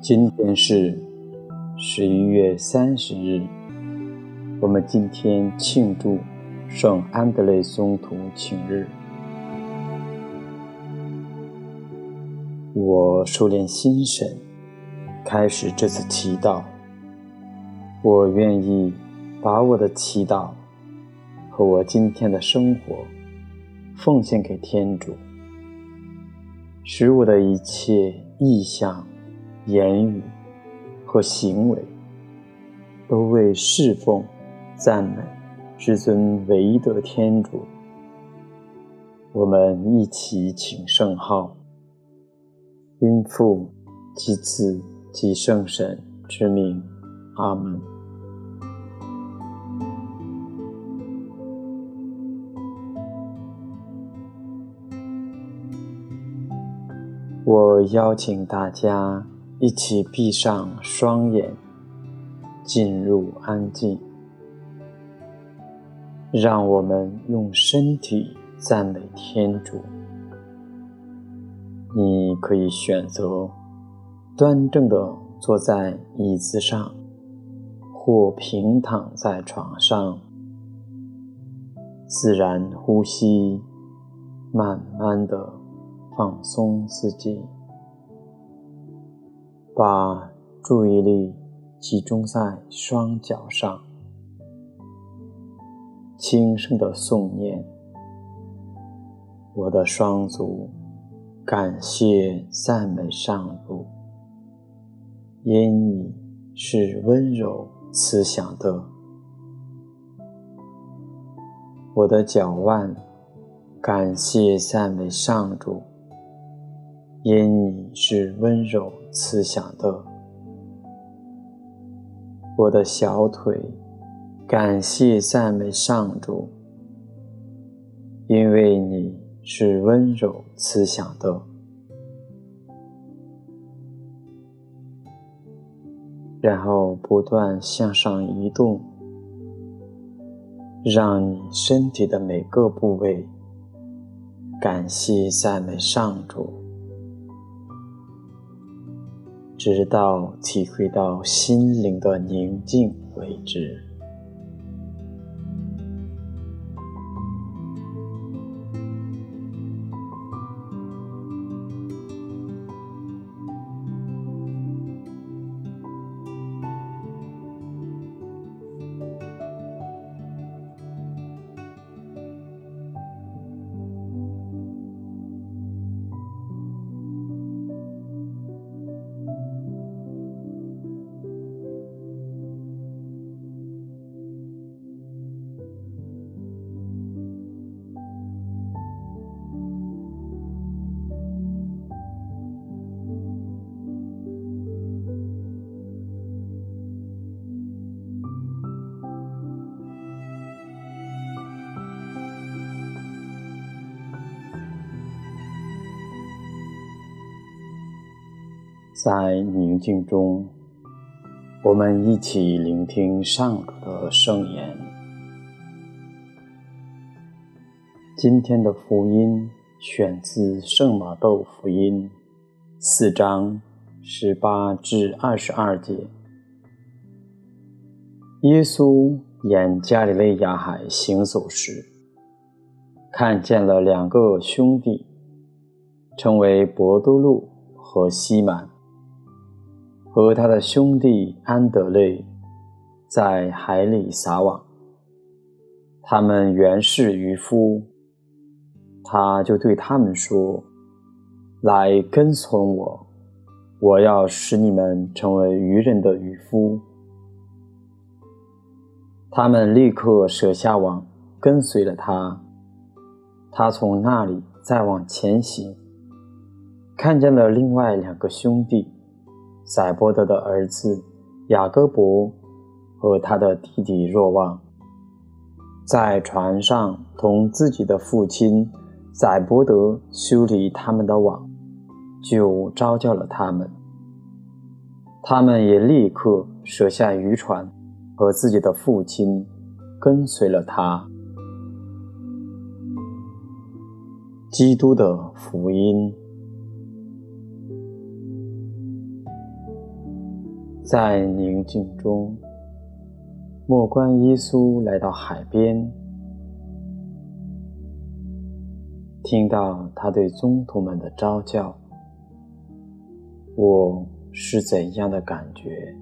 今天是11月30日，我们今天庆祝圣安德肋宗徒庆日。我收敛心神，开始这次祈祷。我愿意把我的祈祷和我今天的生活奉献给天主，使我的一切意向、言语和行为都为侍奉、赞美至尊唯一的天主。我们一起请圣号，因父及子及圣神之名，阿们。我邀请大家一起闭上双眼，进入安静。让我们用身体赞美天主。你可以选择端正地坐在椅子上，或平躺在床上，自然呼吸，慢慢地放松自己，把注意力集中在双脚上，轻声地诵念：我的双足感谢赞美上主，因你是温柔慈祥的。我的脚腕感谢赞美上主，因你是温柔慈祥的。我的小腿感谢赞美上主，因为你是温柔慈祥的。然后不断向上移动，让你身体的每个部位感谢赞美上主，直到体会到心灵的宁静为止。在宁静中，我们一起聆听上主的圣言。今天的福音选自圣马窦福音4章18至22节。耶稣沿加利肋亚海行走时，看见了2个兄弟，称为伯多禄和西满，和他的兄弟安德肋在海里撒网。他们原是渔夫，他就对他们说：来跟从我，我要使你们成为渔人的渔夫。他们立刻舍下网，跟随了他。他从那里再往前行，看见了另外2个兄弟，载伯德的儿子雅各伯和他的弟弟若望，在船上同自己的父亲载伯德修理他们的网，就召叫了他们。他们也立刻舍下渔船和自己的父亲，跟随了他。基督的福音。 在宁静中，默观耶稣来到海边，听到他对宗徒们的召叫，我是怎样的感觉？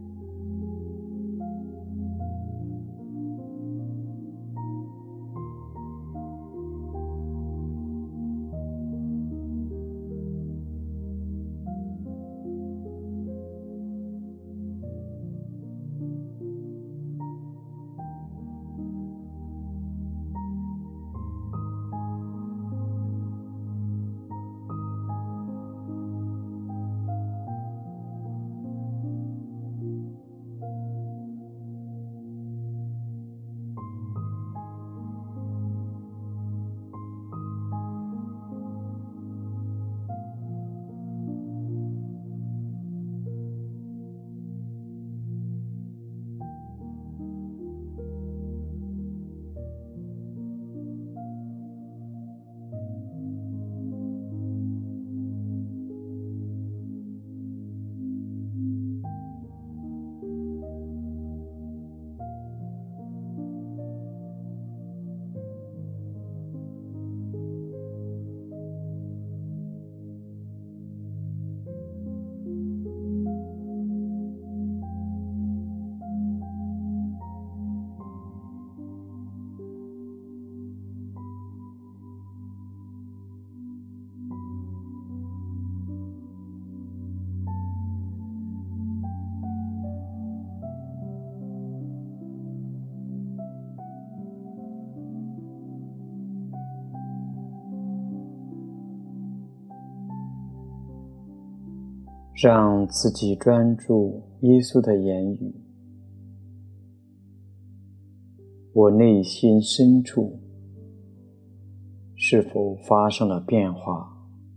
让自己专注耶稣的言语，我内心深处是否发生了变化？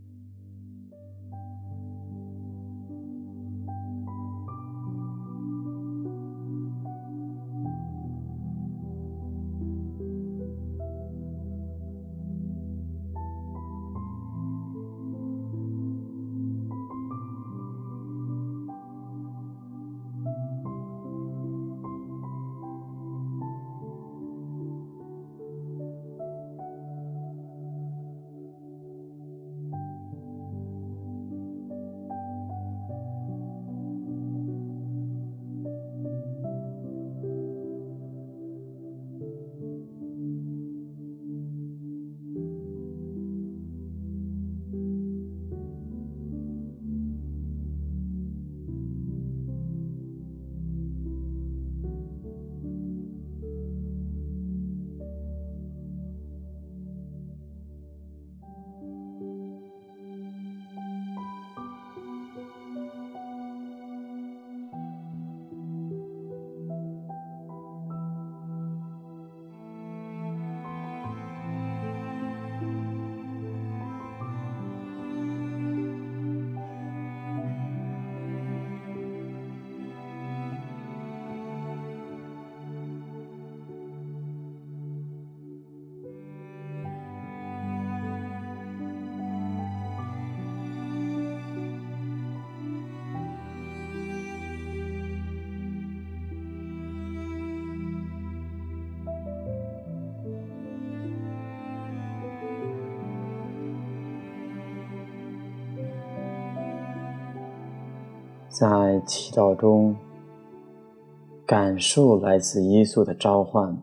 在祈祷中，感受来自耶稣的召唤。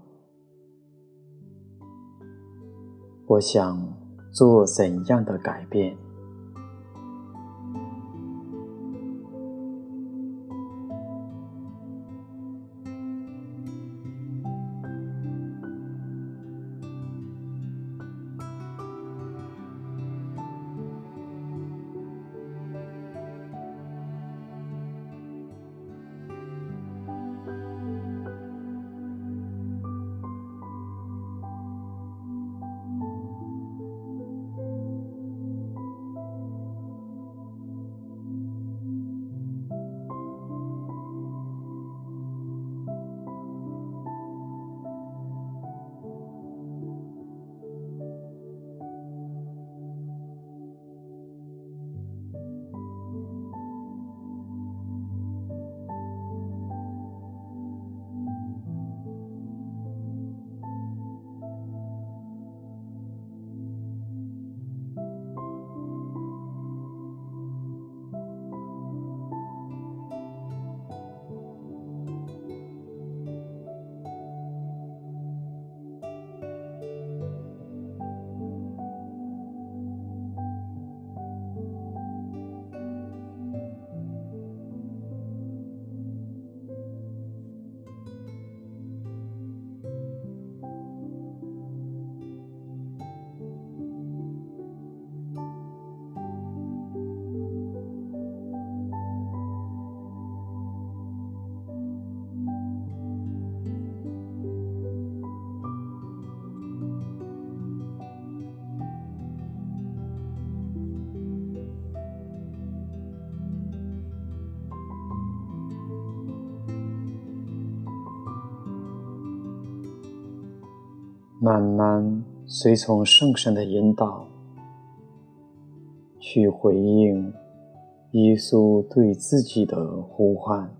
我想做怎样的改变？ 慢慢随从圣神的引导，去回应耶稣对自己的呼唤。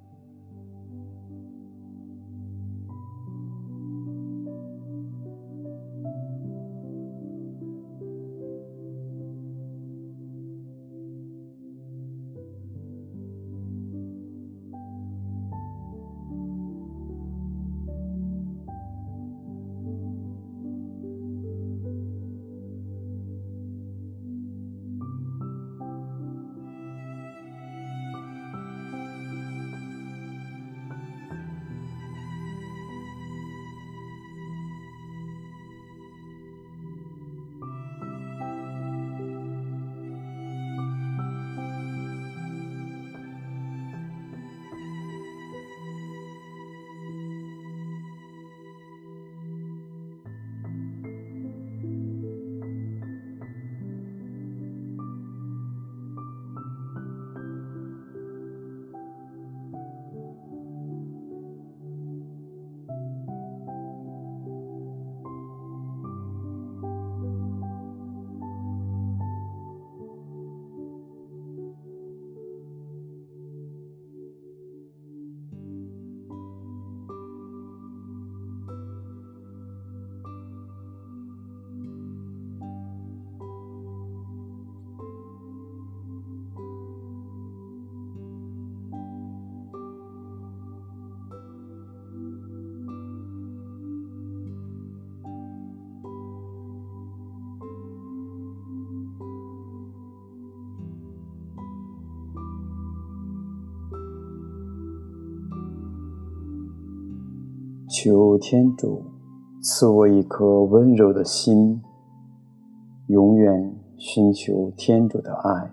求天主赐我一颗温柔的心，永远寻求天主的爱。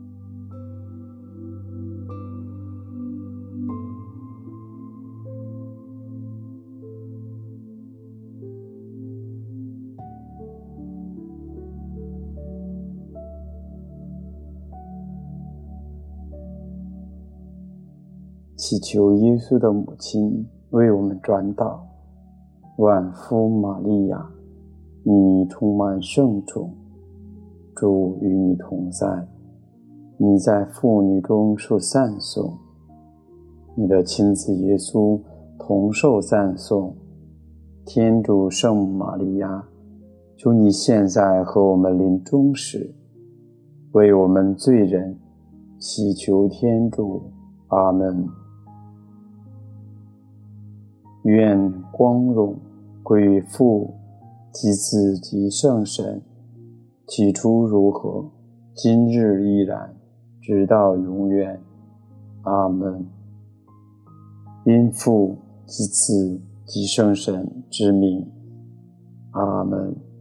祈求耶稣的母亲为我们转祷。万夫玛利亚，你充满圣宠，主与你同在，你在妇女中受赞颂，你的亲子耶稣同受赞颂。天主圣母玛利亚，求你现在和我们临终时，为我们罪人祈求天主。阿们。愿光荣归于父及子及圣神，起初如何，今日依然，直到永远。阿们。因父及子及圣神之名。阿们。